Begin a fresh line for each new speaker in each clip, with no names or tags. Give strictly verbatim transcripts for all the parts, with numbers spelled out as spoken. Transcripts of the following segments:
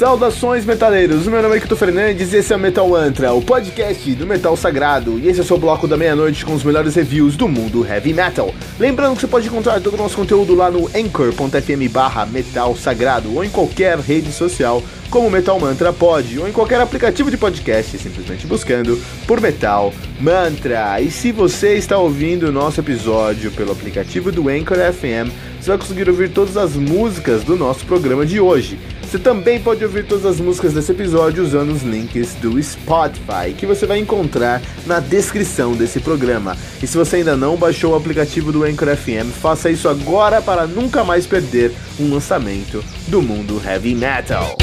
Saudações, metaleiros! Meu nome é Kito Fernandes e esse é o Metal Mantra, o podcast do Metal Sagrado. E esse é o seu bloco da meia-noite com os melhores reviews do mundo Heavy Metal. Lembrando que você pode encontrar todo o nosso conteúdo lá no anchor ponto f m barra Metal Sagrado ou em qualquer rede social como Metal Mantra pode, ou em qualquer aplicativo de podcast, simplesmente buscando por Metal Mantra. E se você está ouvindo o nosso episódio pelo aplicativo do Anchor F M, você vai conseguir ouvir todas as músicas do nosso programa de hoje. Você também pode ouvir todas as músicas desse episódio usando os links do Spotify, que você vai encontrar na descrição desse programa. E se você ainda não baixou o aplicativo do Anchor F M, faça isso agora para nunca mais perder um lançamento do mundo Heavy Metal.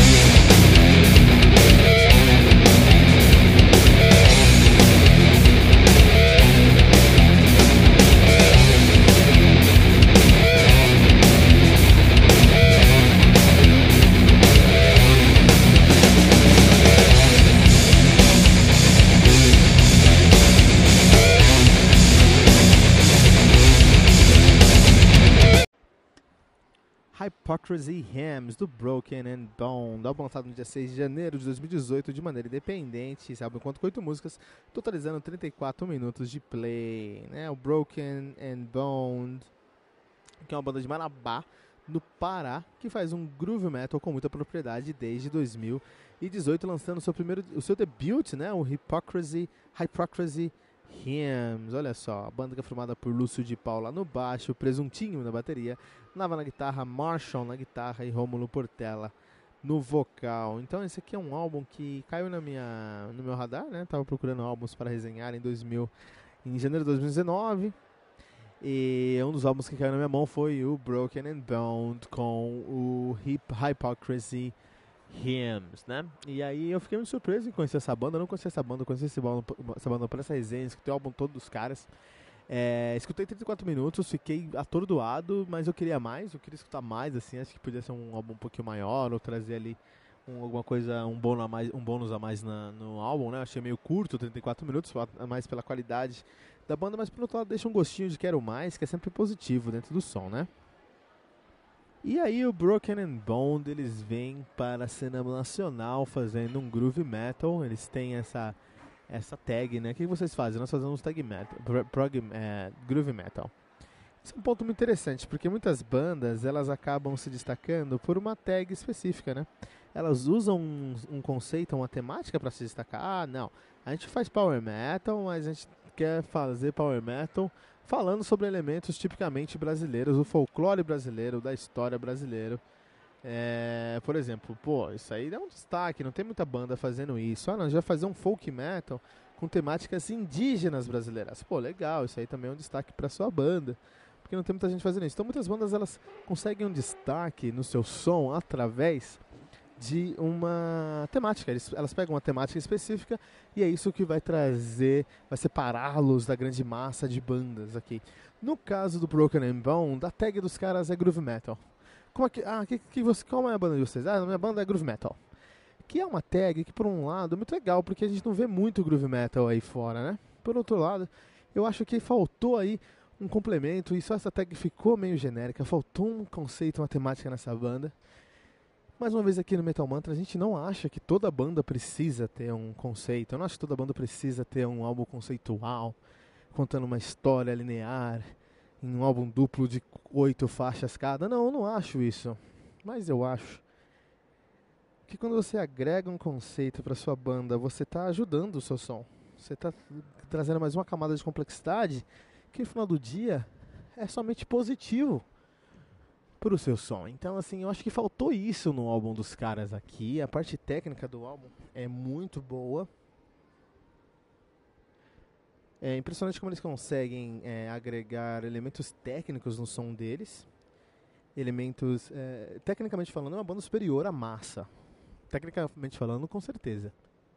Hypocrisy Hymns, do Broken and Bound, álbum lançado no dia seis de janeiro de dois mil e dezoito de maneira independente. Esse álbum conta com oito músicas, totalizando trinta e quatro minutos de play, né? O Broken and Bound, que é uma banda de Marabá, no Pará, que faz um groove metal com muita propriedade desde dois mil e dezoito, lançando o seu, primeiro, o seu debut, né? O Hypocrisy, Hypocrisy Hymns. Olha só, a banda que é formada por Lúcio de Paula no baixo, Presuntinho na bateria, Nava na guitarra, Marshall na guitarra e Rômulo Portela no vocal. Então esse aqui é um álbum que caiu na minha, no meu radar, né? Tava procurando álbuns para resenhar em, dois mil, em janeiro de dois mil e dezenove. E um dos álbuns que caiu na minha mão foi o Broken and Bound com o Hip Hypocrisy Hymns, né? E aí eu fiquei muito surpreso em conhecer essa banda. Eu não conhecia essa banda, eu conheci essa banda, essa banda por essa resenha, escutei o álbum todo dos caras. É, escutei trinta e quatro minutos, fiquei atordoado, mas eu queria mais, eu queria escutar mais, assim, acho que podia ser um álbum um pouquinho maior, ou trazer ali um, alguma coisa, um bônus a mais, um bônus a mais na, no álbum, né? Achei meio curto, trinta e quatro minutos, mais pela qualidade da banda, mas por outro lado deixa um gostinho de quero mais, que é sempre positivo dentro do som, né? E aí o Broken and Bound, eles vêm para a cena nacional fazendo um groove metal, eles têm essa... essa tag, né? O que vocês fazem? Nós fazemos tag metal, prog, é, groove metal. Isso é um ponto muito interessante, porque muitas bandas, elas acabam se destacando por uma tag específica, né? Elas usam um, um conceito, uma temática para se destacar. Ah, não, a gente faz power metal, mas a gente quer fazer power metal falando sobre elementos tipicamente brasileiros, o folclore brasileiro, da história brasileira. É, por exemplo, pô, isso aí dá um destaque, não tem muita banda fazendo isso. Ah, não, a gente vai fazer um folk metal com temáticas indígenas brasileiras. Pô, legal, isso aí também é um destaque pra sua banda, porque não tem muita gente fazendo isso. Então muitas bandas, elas conseguem um destaque no seu som através de uma temática. Eles, elas pegam uma temática específica e é isso que vai trazer, vai separá-los da grande massa de bandas aqui. No caso do Broken and Bound, a tag dos caras é groove metal. Como é que, ah, que, que você, qual é a banda de vocês? Ah, a minha banda é groove metal. Que é uma tag que, por um lado, é muito legal, porque a gente não vê muito groove metal aí fora, né? Por outro lado, eu acho que faltou aí um complemento, e só essa tag ficou meio genérica, faltou um conceito, uma temática nessa banda. Mais uma vez aqui no Metal Mantra, a gente não acha que toda banda precisa ter um conceito, eu não acho que toda banda precisa ter um álbum conceitual, contando uma história linear, em um álbum duplo de oito faixas cada. Não, eu não acho isso. Mas eu acho que quando você agrega um conceito para sua banda, você está ajudando o seu som. Você está trazendo mais uma camada de complexidade que no final do dia é somente positivo para o seu som. Então, assim, eu acho que faltou isso no álbum dos caras aqui. A parte técnica do álbum é muito boa. É impressionante como eles conseguem é, agregar elementos técnicos no som deles. Elementos, é, tecnicamente falando, é uma banda superior à massa. Tecnicamente falando, com certeza.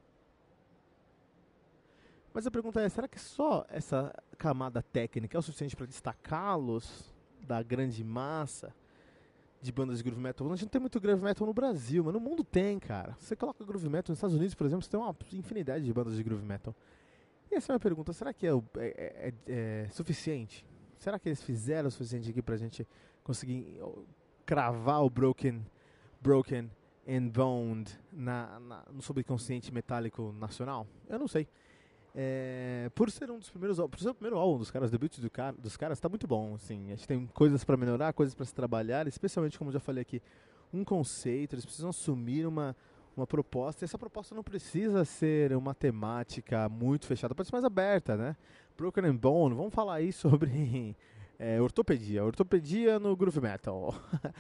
Mas a pergunta é, será que só essa camada técnica é o suficiente para destacá-los da grande massa de bandas de groove metal? A gente não tem muito groove metal no Brasil, mas no mundo tem, cara. Você coloca groove metal nos Estados Unidos, por exemplo, você tem uma infinidade de bandas de groove metal. E essa é a minha pergunta, será que é, é, é, é suficiente? Será que eles fizeram o suficiente aqui pra gente conseguir cravar o Broken, Broken and Bone na, na, no subconsciente metálico nacional? Eu não sei. É, por ser um dos primeiros, por ser o primeiro álbum dos caras, o debut do cara, dos caras, tá muito bom, assim. A gente tem coisas pra melhorar, coisas pra se trabalhar, especialmente, como eu já falei aqui, um conceito. Eles precisam assumir uma, uma proposta, e essa proposta não precisa ser uma temática muito fechada, pode ser mais aberta, né? Broken and Bone, vamos falar aí sobre é, ortopedia, ortopedia no groove metal.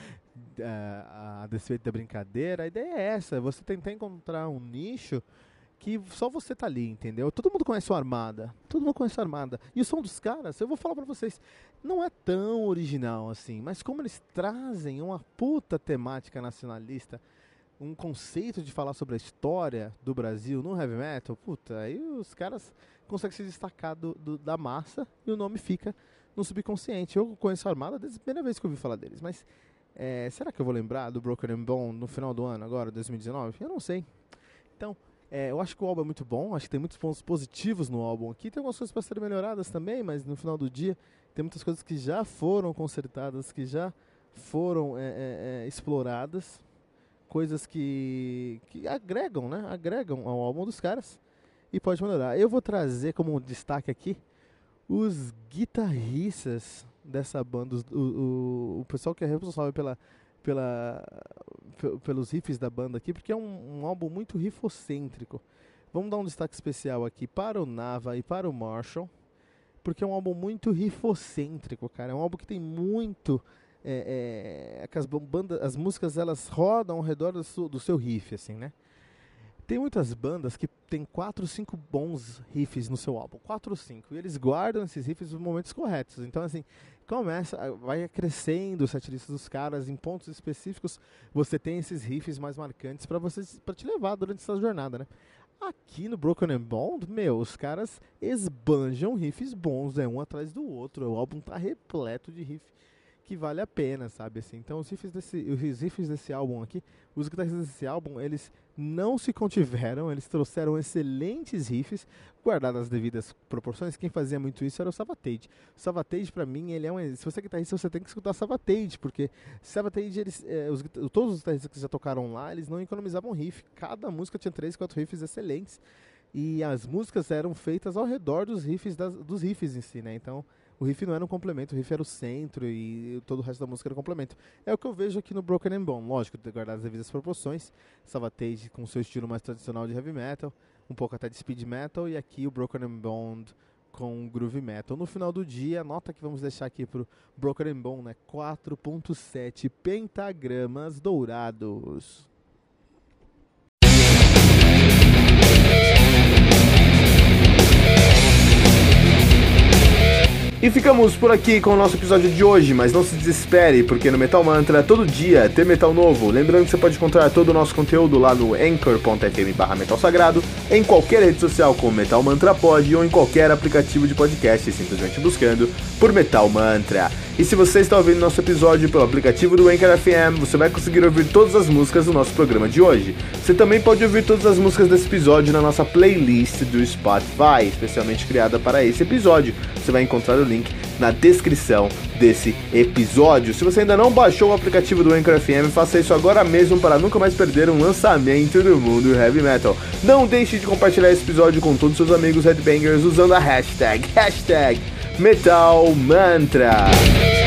é, a despeito da brincadeira, a ideia é essa, você tentar encontrar um nicho que só você tá ali, entendeu? Todo mundo conhece o Armada, todo mundo conhece o Armada, e o som dos caras, eu vou falar pra vocês, não é tão original assim, mas como eles trazem uma puta temática nacionalista, um conceito de falar sobre a história do Brasil no heavy metal, puta, aí os caras conseguem se destacar do, do, da massa e o nome fica no subconsciente. Eu conheço a Armada desde a primeira vez que eu ouvi falar deles, mas é, será que eu vou lembrar do Broken and Bone no final do ano agora, dois mil e dezenove? Eu não sei. Então, é, eu acho que o álbum é muito bom, acho que tem muitos pontos positivos no álbum aqui, tem algumas coisas para serem melhoradas também, mas no final do dia tem muitas coisas que já foram consertadas, que já foram é, é, é, exploradas, coisas que, que agregam, né? Agregam ao álbum dos caras e pode melhorar. Eu vou trazer como destaque aqui os guitarristas dessa banda, os, o, o, o pessoal que é responsável pela, pela, pelos riffs da banda aqui, porque é um, um álbum muito riffocêntrico. Vamos dar um destaque especial aqui para o Nava e para o Marshall, porque é um álbum muito riffocêntrico, cara. É um álbum que tem muito... É, é, as, bandas, as músicas elas rodam ao redor do seu, do seu riff, assim, né? Tem muitas bandas que tem quatro, cinco bons riffs no seu álbum, quatro ou cinco, e eles guardam esses riffs nos momentos corretos. Então, assim, começa, vai crescendo o setlist dos caras, em pontos específicos você tem esses riffs mais marcantes para você, para te levar durante essa jornada, né? Aqui no Broken and Bone, meu, os caras esbanjam riffs bons, é um atrás do outro, o álbum tá repleto de riff que vale a pena, sabe, assim. Então os riffs desse, os riffs desse álbum aqui, os guitarristas desse álbum, eles não se contiveram, eles trouxeram excelentes riffs, guardadas as devidas proporções. Quem fazia muito isso era o Savatage. O Savatage, pra mim, ele é um... Se você é guitarrista, você tem que escutar Savatage, porque Savatage, eles, é, os, todos os guitarristas que já tocaram lá, eles não economizavam riff. Cada música tinha três, quatro riffs excelentes, e as músicas eram feitas ao redor dos riffs, das, dos riffs em si, né, então... O riff não era um complemento, o riff era o centro e todo o resto da música era um complemento. É o que eu vejo aqui no Broken and Bone. Lógico, guardar as devidas proporções. Savatage com seu estilo mais tradicional de heavy metal, um pouco até de speed metal, e aqui o Broken and Bone com groove metal. No final do dia, a nota que vamos deixar aqui pro Broken and Bone é quatro ponto sete pentagramas dourados.
E ficamos por aqui com o nosso episódio de hoje, mas não se desespere, porque no Metal Mantra, todo dia, tem metal novo. Lembrando que você pode encontrar todo o nosso conteúdo lá no anchor ponto f m barra metal sagrado, em qualquer rede social como Metal Mantra Pod, ou em qualquer aplicativo de podcast, simplesmente buscando por Metal Mantra. E se você está ouvindo nosso episódio pelo aplicativo do Anchor F M, você vai conseguir ouvir todas as músicas do nosso programa de hoje. Você também pode ouvir todas as músicas desse episódio na nossa playlist do Spotify, especialmente criada para esse episódio. Você vai encontrar o link na descrição desse episódio. Se você ainda não baixou o aplicativo do Anchor F M, faça isso agora mesmo para nunca mais perder um lançamento do mundo heavy metal. Não deixe de compartilhar esse episódio com todos os seus amigos headbangers usando a hashtag, hashtag Metal Mantra.